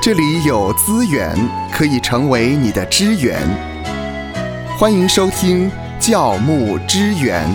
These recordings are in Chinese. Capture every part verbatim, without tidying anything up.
这里有资源可以成为你的支援。欢迎收听教牧支援。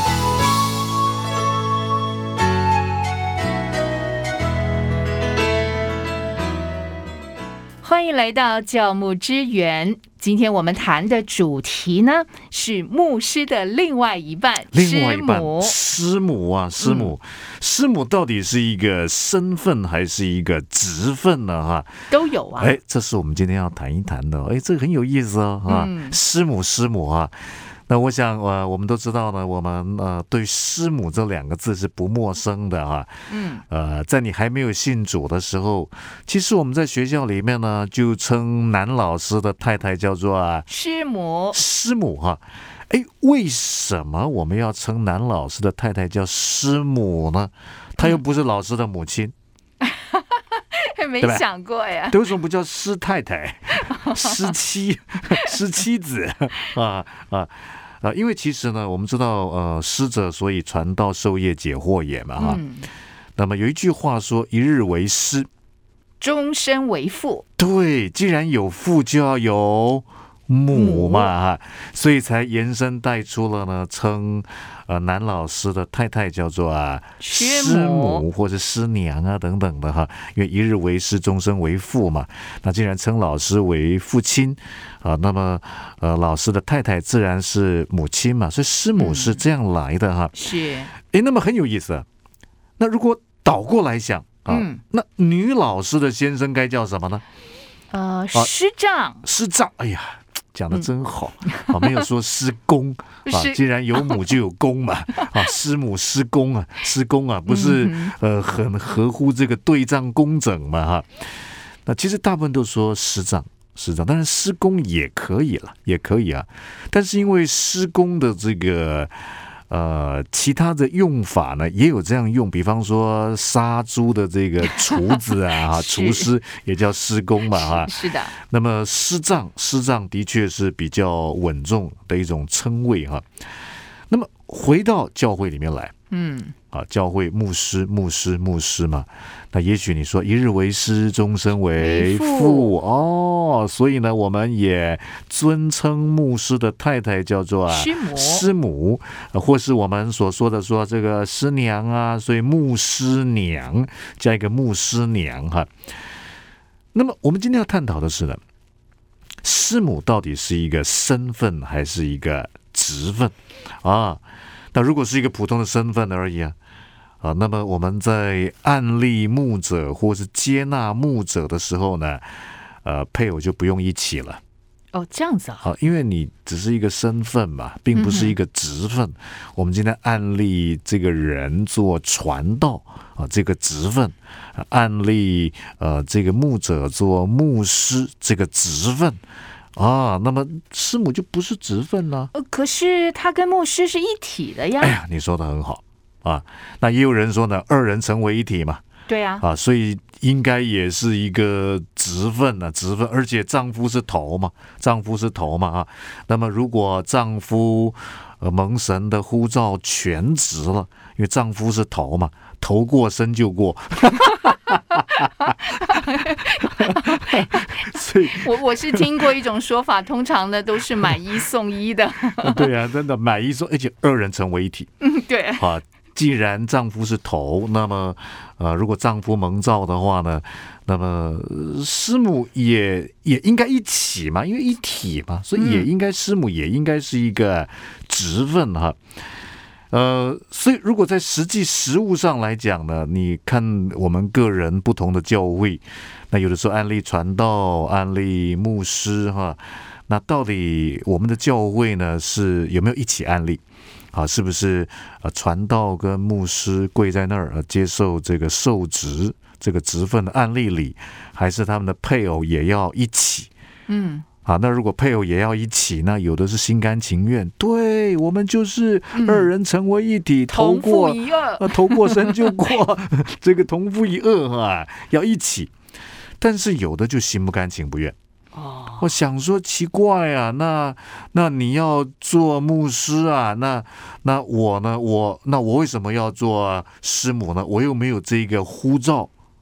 欢迎来到教牧支援。今天我们谈的主题呢，是牧师的另外一半， 另外一半， 师母。 师母啊，师母，嗯、师母到底是一个身份还是一个职分呢？哈， 都有啊。 哎，这是我们今天要谈一谈的。哎，这个很有意思哦，啊，嗯、师母，师母啊。那我想，呃，我们都知道呢，我们呃对师母这两个字是不陌生的哈。嗯。呃，在你还没有信主的时候，其实我们在学校里面呢，就称男老师的太太叫做啊师母。 师母哈。哎，为什么我们要称男老师的太太叫师母呢？她又不是老师的母亲。 嗯、没想过呀。 为什么不叫师太太、师妻、师妻子啊啊？啊，因为其实呢，我们知道，呃，师者，所以传道授业解惑也嘛，哈、嗯。那么有一句话说：“一日为师， 终身为父。” 对，既然有父，就要有母嘛，哈，所以才延伸带出了呢，称呃男老师的太太叫做啊师母或者师娘啊等等的哈，因为一日为师，终身为父嘛。那既然称老师为父亲啊，那么呃老师的太太自然是母亲嘛，所以师母是这样来的哈。 嗯、是， 哎，那么很有意思。那如果倒过来想啊，嗯、那女老师的先生该叫什么呢？ 呃，师长。 啊、师长，哎呀。讲得真好、嗯啊、没有说师公啊，既然有母就有公嘛啊，师母师公啊，师公啊，不是、嗯、呃很合乎这个对仗工整嘛哈、啊？那其实大部分都说师长师长，当然师公也可以了，也可以啊，但是因为师公的这个呃其他的用法呢，也有这样用，比方说杀猪的这个厨子啊，厨师也叫师公嘛哈。 是, 是的。 那么师长，师长的确是比较稳重的一种称谓哈。那么回到教会里面来，嗯，啊，教会牧师，牧师，牧师嘛。那也许你说一日为师，终身为父哦，所以呢，我们也尊称牧师的太太叫做啊师母， 师母，或是我们所说的说这个师娘啊，所以牧师娘加一个牧师娘哈。那么我们今天要探讨的是呢，师母到底是一个身份还是一个职分啊？那如果是一个普通的身份而已啊。啊，那么我们在案例牧者或是接纳牧者的时候呢，呃，配偶就不用一起了。 哦，这样子啊？ 啊，因为你只是一个身份嘛，并不是一个职分。嗯、我们今天案例这个人做传道啊，这个职分；案例呃这个牧者做牧师这个职分。啊，那么师母就不是职分了。 呃，可是他跟牧师是一体的呀。 哎呀，你说的很好。啊，那也有人说呢，二人成为一体嘛。 对啊， 啊，所以应该也是一个职分啊，职分，而且丈夫是头嘛，丈夫是头嘛啊。那么如果丈夫呃蒙神的呼召全职了，因为丈夫是头嘛，头过身就过。所以我我是听过一种说法，通常呢都是买一送一的。 对啊，真的买一送，而且二人成为一体。 嗯，对啊。既然丈夫是头，那么呃，如果丈夫蒙召的话呢，那么师母也也应该一起嘛，因为一体嘛，所以也应该师母也应该是一个职分哈。呃，所以如果在实际实务上来讲呢，你看我们个人不同的教会，那有的时候案例传道、案例牧师哈，那到底我们的教会呢是有没有一起案例？啊，是不是呃传道跟牧师跪在那儿、呃、接受这个受职这个职分的案例里，还是他们的配偶也要一起？嗯，啊，那如果配偶也要一起，那有的是心甘情愿，对我们就是二人成为一体，嗯、头过同父一轭、 呃，头过身就过，这个同父一轭啊，要一起。但是有的就心不甘情不愿。哦，我想说奇怪啊，那那你要做牧师啊，那那我呢？我那我为什么要做师母呢？我又没有这个呼召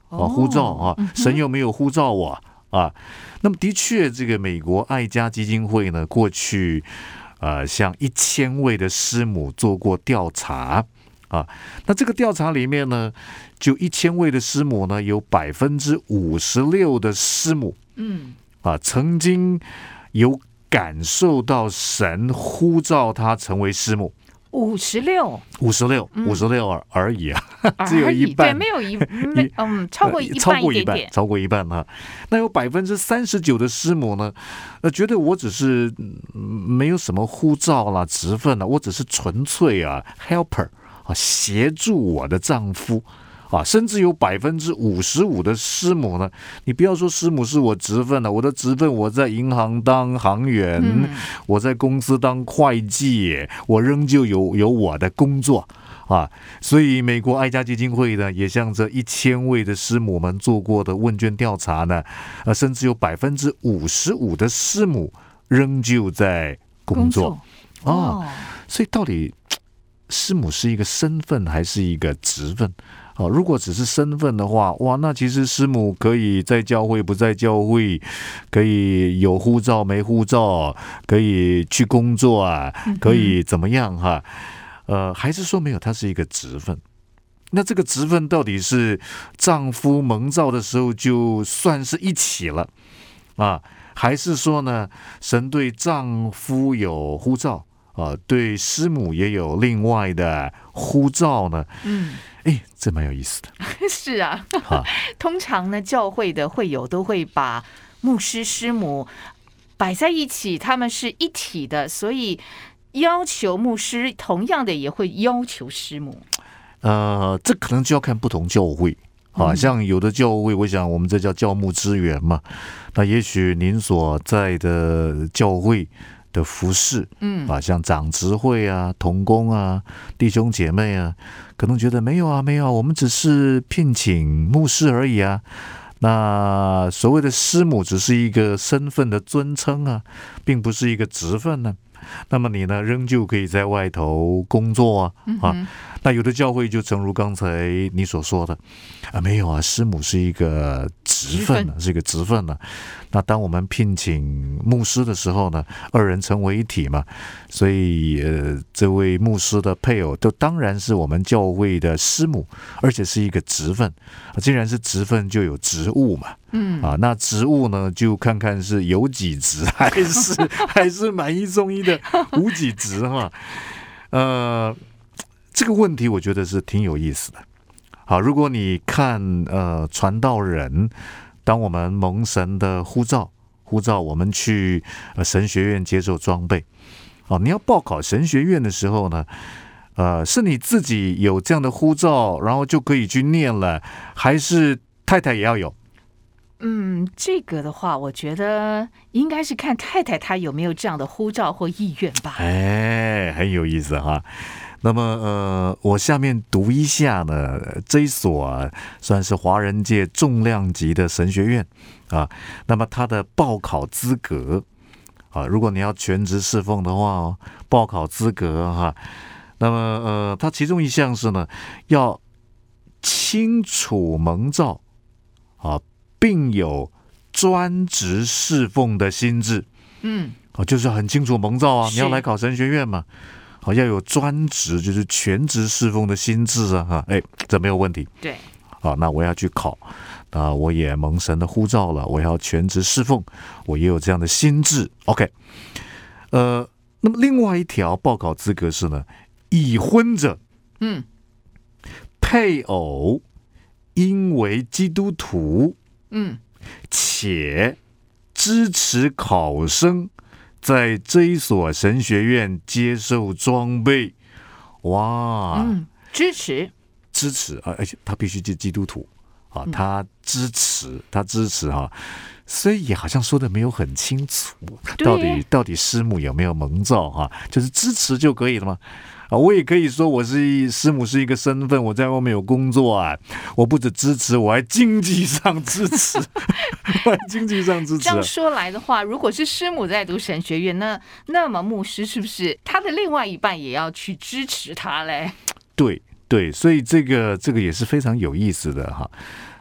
啊，呼召啊，神又没有呼召我啊。那么的确，这个美国爱家基金会呢，过去呃向一千位的师母做过调查啊。那这个调查里面呢，就一千位的师母呢，有百分之五十六的师母，嗯啊，曾经有感受到神呼召他成为师母。 五十六， 五十六，五十六而已啊，只有一半， 对，没有一，没嗯，超过一半， 超过一半，超过一半哈。那有百分之三十九的师母呢，呃，觉得我只是没有什么呼召啦、职分啦，我只是纯粹啊 helper 啊，协助我的丈夫。啊，甚至有百分之五十五的师母呢，你不要说师母是我职分了，我的职分我在银行当行员，嗯、我在公司当会计，我仍旧有有我的工作啊。所以美国爱家基金会呢，也向这一千位的师母们做过的问卷调查呢，呃，甚至有百分之五十五的师母仍旧在工作, 工作哦。所以到底师母是一个身份还是一个职分？哦，如果只是身份的话，哇，那其实师母可以在教会不在教会，可以有护照没护照，可以去工作啊，可以怎么样哈？呃，还是说没有，它是一个职分。那这个职分到底是丈夫蒙召的时候就算是一起了啊，还是说呢，神对丈夫有呼召啊，对师母也有另外的呼召呢？嗯。哎，这蛮有意思的。 是啊，通常呢，教会的会友都会把牧师、师母摆在一起，他们是一体的，所以要求牧师，同样的也会要求师母。 呃，这可能就要看不同教会啊，像有的教会，我想我们这叫教牧支援嘛，那也许您所在的教会的服事，嗯啊，像长执会啊、同工啊、弟兄姐妹啊，可能觉得没有啊，没有啊，我们只是聘请牧师而已啊。那所谓的师母只是一个身份的尊称啊，并不是一个职分呢、啊。那么你呢，仍旧可以在外头工作啊，啊，嗯、那有的教会就正如刚才你所说的啊，没有啊，师母是一个职分、啊、是一个职分呢、啊。那当我们聘请牧师的时候呢，二人成为一体嘛，所以呃，这位牧师的配偶都当然是我们教会的师母，而且是一个职分、啊、既然是职分，就有职务嘛。嗯啊，那职务呢，就看看是有几职还是还是满一中一的无几职哈。呃，这个问题我觉得是挺有意思的。好，如果你看呃传道人，当我们蒙神的呼召，呼召我们去、呃、神学院接受装备。哦，你要报考神学院的时候呢，呃，是你自己有这样的呼召，然后就可以去念了，还是太太也要有？ 嗯，这个的话，我觉得应该是看太太她有没有这样的呼召或意愿吧。 哎，很有意思哈。那么呃，我下面读一下呢，这一所、啊、算是华人界重量级的神学院啊。那么它的报考资格啊，如果你要全职侍奉的话，报考资格哈、啊，那么呃，它其中一项是呢，要清楚蒙召啊，并有专职侍奉的心志。嗯，啊，就是很清楚蒙召啊，你要来考神学院嘛。好，要有专职，就是全职侍奉的心志啊！哈，哎，这没有问题。 对， 好，那我要去考，那我也蒙神的呼召了，我要全职侍奉，我也有这样的心志。OK， 呃，那么另外一条报考资格是呢，已婚者，嗯，配偶因为基督徒，嗯，且支持考生在这一所神学院接受装备，哇， 嗯，支持支持啊，而且他必须是基督徒啊，他支持他支持哈、啊，所以也好像说的没有很清楚，到底到底师母有没有蒙召哈、啊，就是支持就可以了吗？啊，我也可以说我是师母是一个身份，我在外面有工作啊，我不止支持，我还经济上支持，我还经济上支持、啊。 这样说来的话，如果是师母在读神学院，那那么牧师是不是他的另外一半也要去支持他嘞？ 对对，所以这个这个也是非常有意思的哈。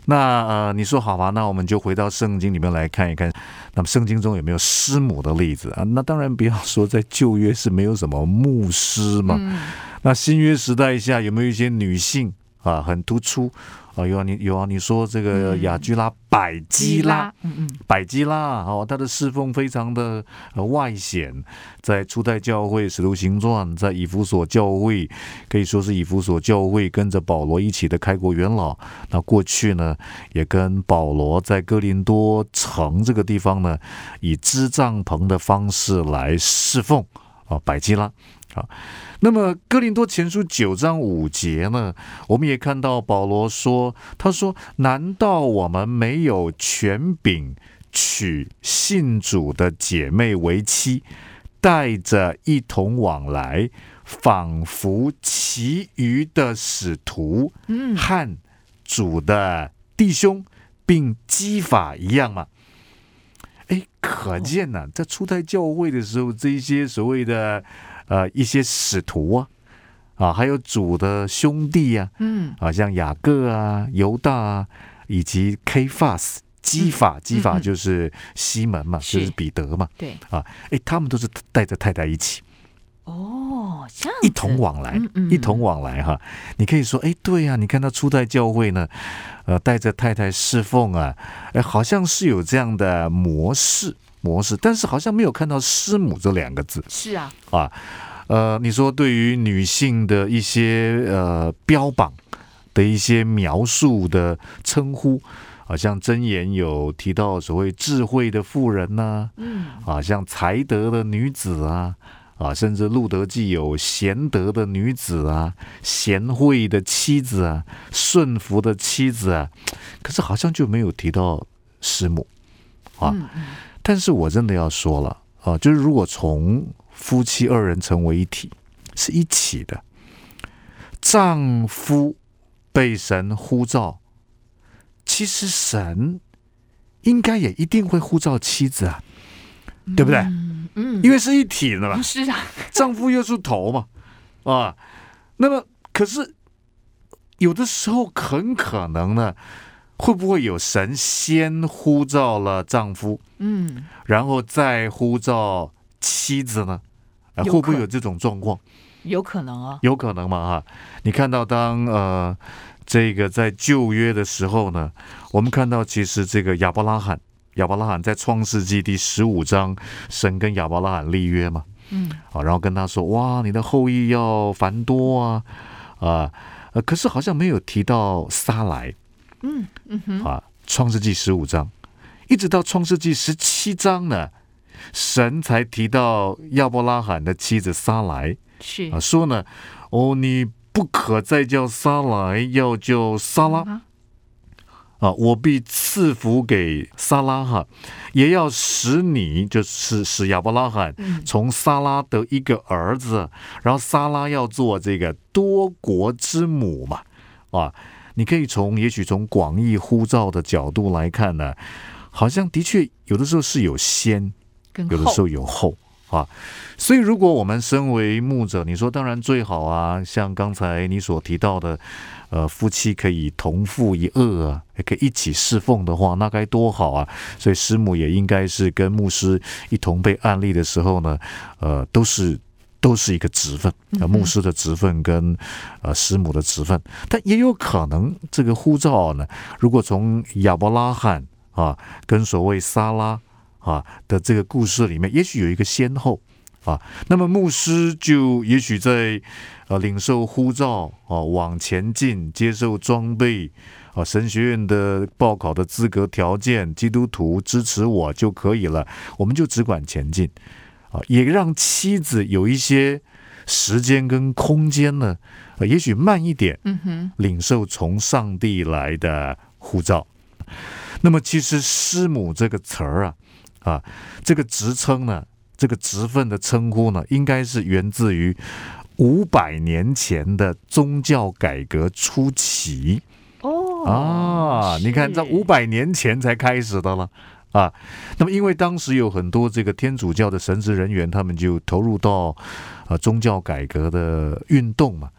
那呃，你说好吧，那我们就回到圣经里面来看一看，那么圣经中有没有师母的例子啊？那当然不要说在旧约是没有什么牧师嘛，嗯、那新约时代下有没有一些女性啊很突出啊？有啊，你有啊，你说这个雅居拉、百基拉，嗯嗯，百基拉哦，她的侍奉非常的呃外显，在初代教会使徒行传，在以弗所教会可以说是以弗所教会跟着保罗一起的开国元老。那过去呢，也跟保罗在哥林多城这个地方呢，以支帐篷的方式来侍奉啊，百基拉啊。那么哥林多前书九章五节呢，我们也看到保罗说，他说：“难道我们没有权柄娶信主的姐妹为妻，带着一同往来，仿佛其余的使徒和主的弟兄，并基法一样吗？”哎，可见呢、啊，在初代教会的时候，这一些所谓的呃一些使徒啊，啊，还有主的兄弟啊，嗯，啊，像雅各啊、犹大啊，以及 K-Fas 基法，基法就是西门嘛，嗯、就是彼得嘛， 对， 啊，哎，他们都是带着太太一起。 哦，这样子一同往来， 嗯嗯、 一同往来哈。你可以说，哎，对呀、啊，你看到初代教会呢，呃，带着太太侍奉啊，哎，好像是有这样的模式模式，但是好像没有看到师母这两个字。 是啊， 啊，呃，你说对于女性的一些呃标榜的一些描述的称呼。好像箴言有提到所谓智慧的妇人呐、啊，嗯，啊，像才德的女子啊。啊，甚至路德记有贤德的女子啊，贤惠的妻子啊，顺服的妻子啊，可是好像就没有提到师母啊。嗯嗯、但是我真的要说了啊，就是如果从夫妻二人成为一体，是一起的，丈夫被神呼召，其实神应该也一定会呼召妻子啊，对不对？嗯嗯，因为是一体的嘛， 是啊， 丈夫又是头嘛，啊，那么可是有的时候很可能呢，会不会有神先呼召了丈夫，嗯，然后再呼召妻子呢？啊、会不会有这种状况？ 有可能啊， 有可能嘛哈？你看到当呃这个在旧约的时候呢，我们看到其实这个亚伯拉罕。亚伯拉罕在创世纪第十五章，神跟亚伯拉罕立约嘛，嗯，啊，然后跟他说，哇，你的后裔要繁多啊，啊，呃，可是好像没有提到撒来，嗯嗯哼，啊，创世纪十五章，一直到创世纪十七章呢，神才提到亚伯拉罕的妻子撒来， 是啊，说呢，哦，你不可再叫撒来，要叫撒拉。嗯啊，我必赐福给撒拉哈，也要使你，就是使亚伯拉罕从撒拉得一个儿子，然后撒拉要做这个多国之母嘛，啊，你可以从也许从广义呼召的角度来看呢，好像的确有的时候是有先，有的时候有后。啊，所以如果我们身为牧者，你说当然最好啊，像刚才你所提到的，呃，夫妻可以同父一轭啊，也可以一起侍奉的话，那该多好啊！所以师母也应该是跟牧师一同被案例的时候呢，呃，都是都是一个职分，呃，牧师的职分跟呃师母的职分，但也有可能这个呼召呢，如果从亚伯拉罕啊跟所谓撒拉。啊的这个故事里面，也许有一个先后啊。那么牧师就也许在呃领受呼召啊，往前进，接受装备啊，神学院的报考的资格条件，基督徒支持我就可以了，我们就只管前进啊，也让妻子有一些时间跟空间呢，啊、也许慢一点，嗯哼，领受从上帝来的呼召。那么其实师母这个词儿啊。啊，这个职称呢，这个职分的称呼呢，应该是源自于五百年前的宗教改革初期。哦，啊，你看，这五百年前才开始的了啊。那么，因为当时有很多这个天主教的神职人员，他们就投入到呃宗教改革的运动嘛。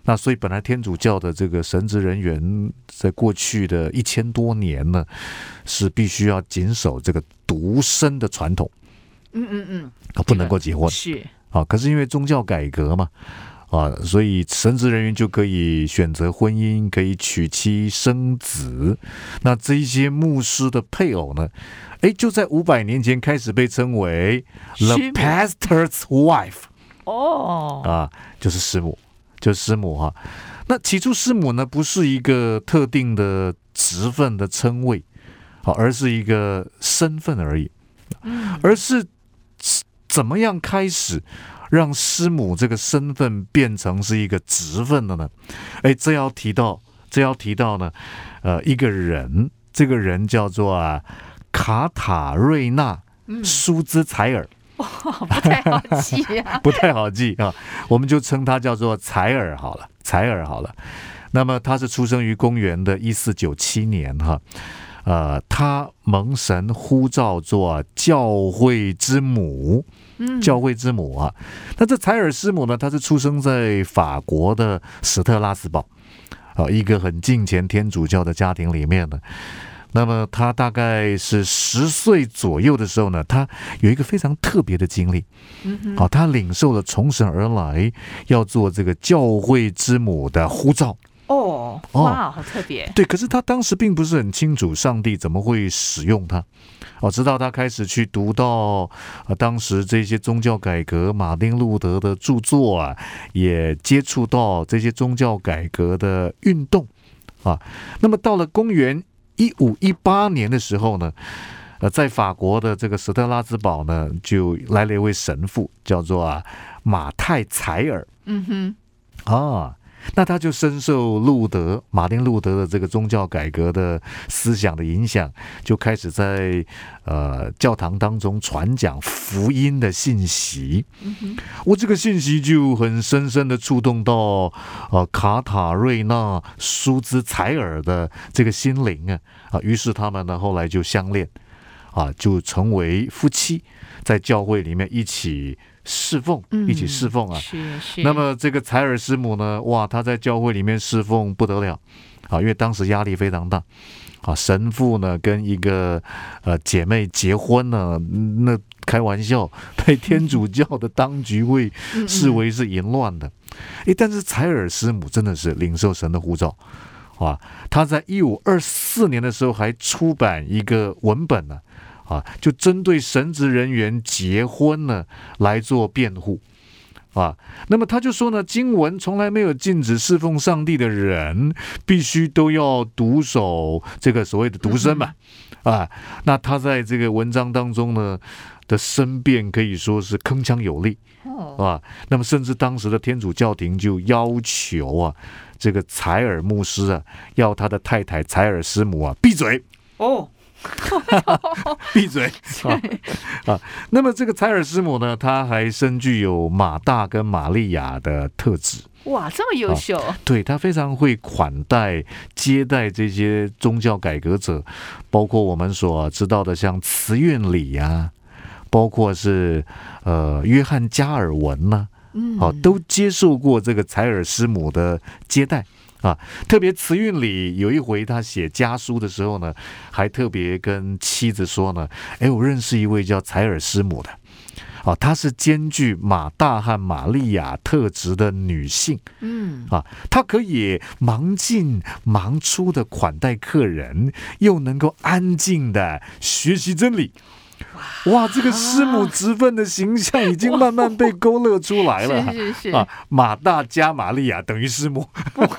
那所以本来天主教的这个神职人员在过去的一千多年呢，是必须要谨守这个独身的传统， 嗯嗯嗯， 不能够结婚， 是啊。可是因为宗教改革嘛，啊，所以神职人员就可以选择婚姻，可以娶妻生子。那这一些牧师的配偶呢，哎，就在五百年前开始被称为 The Pastor's Wife， 哦， 啊，就是师母。就是师母哈，那起初师母呢不是一个特定的职分的称谓，而是一个身份而已，而是怎么样开始让师母这个身份变成是一个职分的呢？哎，这要提到，这要提到呢，呃，一个人，这个人叫做啊卡塔瑞娜舒兹采尔。 哦、不太好记啊， 不太好记啊，我们就称他叫做采尔好了，采尔好了。那么他是出生于公元的一四九七年哈，呃，他蒙神呼召做教会之母，嗯，教会之母啊。那这采尔师母呢，她是出生在法国的史特拉斯堡啊，一个很敬虔天主教的家庭里面的。那么他大概是十岁左右的时候呢，他有一个非常特别的经历，好、嗯，他领受了从神而来要做这个教会之母的呼召。 哦，哇，好特别。 对，可是他当时并不是很清楚上帝怎么会使用他。哦，直到他开始去读到、呃、当时这些宗教改革，马丁路德的著作啊，也接触到这些宗教改革的运动啊。那么到了公元一五一八年的时候呢，呃，在法国的这个史特拉斯堡呢，就来了一位神父，叫做啊马太采尔。嗯哼，啊，那他就深受路德、马丁路德的这个宗教改革的思想的影响，就开始在呃教堂当中传讲福音的信息。嗯哼，我这个信息就很深深的触动到呃卡塔瑞娜舒兹采尔的这个心灵啊啊，于是他们呢后来就相恋啊，就成为夫妻，在教会里面一起侍奉，一起侍奉啊。 是是。 那么这个采尔师母呢，哇，她在教会里面侍奉不得了啊，因为当时压力非常大啊。神父呢跟一个呃姐妹结婚呢，那开玩笑，被天主教的当局会视为是淫乱的。哎，但是采尔师母真的是领受神的呼召啊。她在一五二四年的时候还出版一个文本呢。啊，就针对神职人员结婚呢来做辩护啊。那么他就说呢，经文从来没有禁止侍奉上帝的人必须都要独守这个所谓的独身嘛啊。那他在这个文章当中呢的申辩可以说是铿锵有力啊。那么甚至当时的天主教廷就要求啊，这个采尔牧师啊，要他的太太采尔师母啊闭嘴哦。闭嘴啊！啊，那么这个采尔师母呢，她还深具有马大跟玛利亚的特质。 哇，这么优秀！ 啊、对，她非常会款待、接待这些宗教改革者，包括我们所知道的像慈运礼啊，包括是呃约翰加尔文呐、啊，嗯，啊，都接受过这个采尔师母的接待。啊，特别慈运里有一回他写家书的时候呢，还特别跟妻子说呢，哎，我认识一位叫采尔师母的，啊，她是兼具马大和玛利亚特质的女性，嗯，啊，她可以忙进忙出的款待客人，又能够安静的学习真理。哇，这个师母职分的形象已经慢慢被勾勒出来了。 是是是啊，马大加玛利亚等于师母。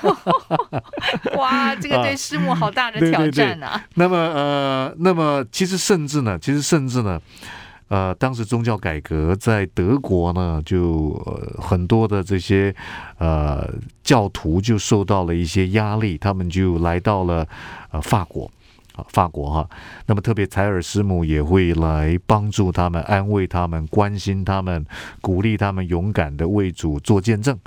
哇，这个对师母好大的挑战啊！ 对对对，那么呃，那么其实甚至呢，其实甚至呢，呃，当时宗教改革在德国呢，就、呃、很多的这些呃教徒就受到了一些压力，他们就来到了呃法国。法国哈，那么特别采尔师母也会来帮助他们、安慰他们、关心他们、鼓励他们勇敢的为主做见证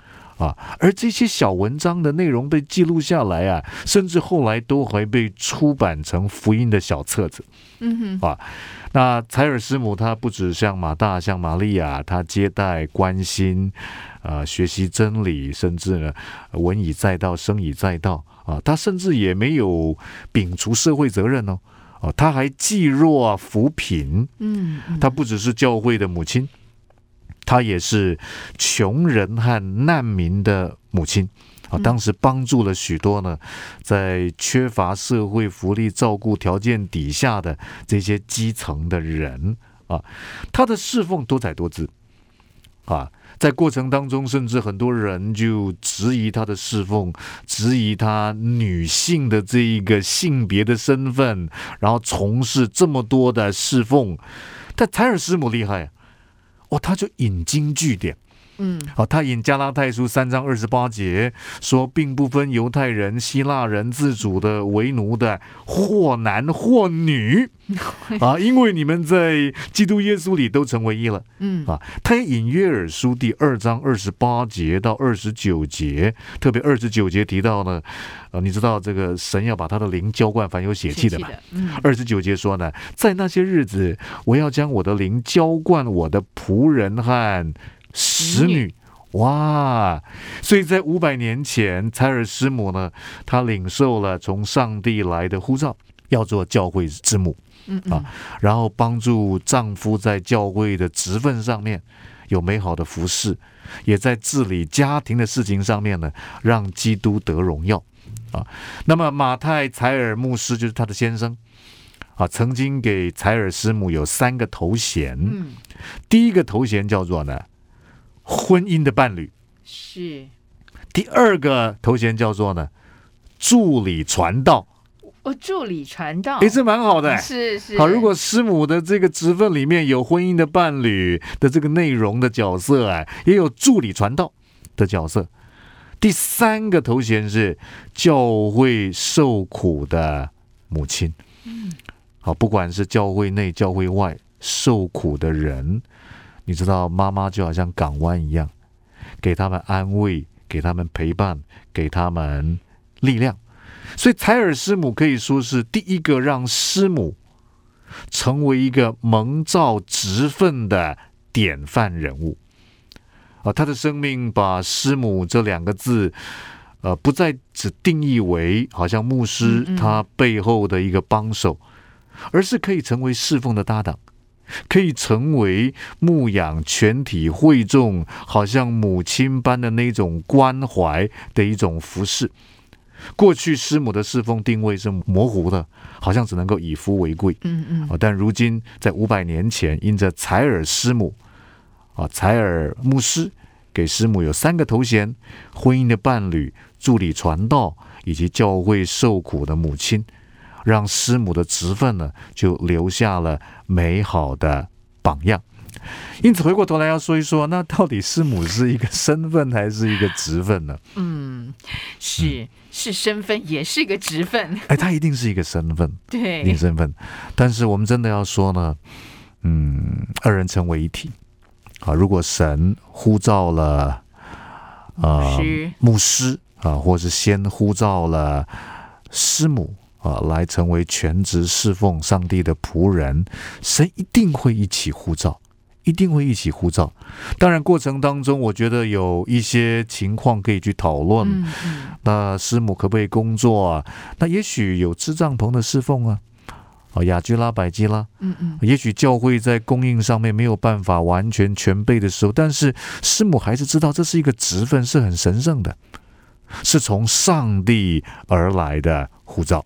啊，而这些小文章的内容被记录下来啊，甚至后来都还被出版成福音的小册子。 嗯哼， 啊，那采尔师母她不只像马大、像玛利亚，她接待、关心，呃，学习真理，甚至呢，文以载道，声以载道啊，她甚至也没有摒除社会责任哦，啊，她还济弱啊扶贫， 嗯， 她不只是教会的母亲。她也是穷人和难民的母亲啊，当时帮助了许多呢，在缺乏社会福利照顾条件底下的这些基层的人啊。她的侍奉多彩多姿啊，在过程当中，甚至很多人就质疑她的侍奉，质疑她女性的这一个性别的身份，然后从事这么多的侍奉。但采尔师母厉害啊！哦，他就引经据典， 嗯， 好、哦，他引加拉太书三章二十八节说，并不分犹太人、希腊人、自主的、为奴的，或男或女，啊，因为你们在基督耶稣里都成为一了， 嗯， 啊，他也引约珥书第二章二十八节到二十九节，特别二十九节提到呢，呃，你知道这个神要把他的灵浇灌凡有血气的嘛？二十九节说呢，在那些日子，我要将我的灵浇灌我的仆人和使女。哇！所以在五百年前，采尔师母呢，她领受了从上帝来的呼召，要做教会之母， 嗯嗯啊，然后帮助丈夫在教会的职分上面有美好的服事，也在治理家庭的事情上面呢，让基督得荣耀啊。那么马太采尔牧师就是他的先生啊，曾经给采尔师母有三个头衔， 嗯， 第一个头衔叫做呢婚姻的伴侣， 是第二个头衔叫做呢助理传道。 哦，助理传道， 哎，这蛮好的。 是是。 好，如果师母的这个职分里面有婚姻的伴侣的这个内容的角色啊，也有助理传道的角色。第三个头衔是教会受苦的母亲。 嗯， 好，不管是教会内、教会外受苦的人，你知道，妈妈就好像港湾一样，给他们安慰，给他们陪伴，给他们力量。所以采尔师母可以说是第一个让师母成为一个蒙召职分的典范人物啊，他的生命把师母这两个字呃，不再只定义为好像牧师他背后的一个帮手，而是可以成为侍奉的搭档，可以成为牧养全体会众好像母亲般的那种关怀的一种服侍。过去师母的侍奉定位是模糊的，好像只能够以夫为贵。 嗯嗯。 但如今在五百年前，因着采尔师母啊，采尔牧师给师母有三个头衔：婚姻的伴侣、助理传道以及教会受苦的母亲，让师母的职分呢就留下了美好的榜样。因此回过头来要说一说，那到底师母是一个身份还是一个职分呢？ 嗯，是、嗯、是身份，也是一个职分。 哎，他一定是一个身份， 对， 一定身份。但是我们真的要说呢，嗯，二人成为一体。啊，如果神呼召了呃牧师啊，或是先呼召了师母啊，来成为全职侍奉上帝的仆人，神一定会一起呼召。一定会一起呼召，当然过程当中我觉得有一些情况可以去讨论、嗯嗯、那师母可不可以工作啊？那也许有支帐篷的侍奉啊，雅居拉、百基拉、嗯嗯、也许教会在供应上面没有办法完全全备的时候，但是师母还是知道这是一个职分，是很神圣的，是从上帝而来的呼召。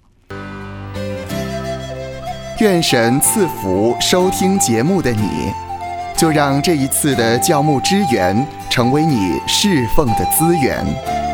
愿神赐福收听节目的你，就让这一次的教牧支援成为你侍奉的资源。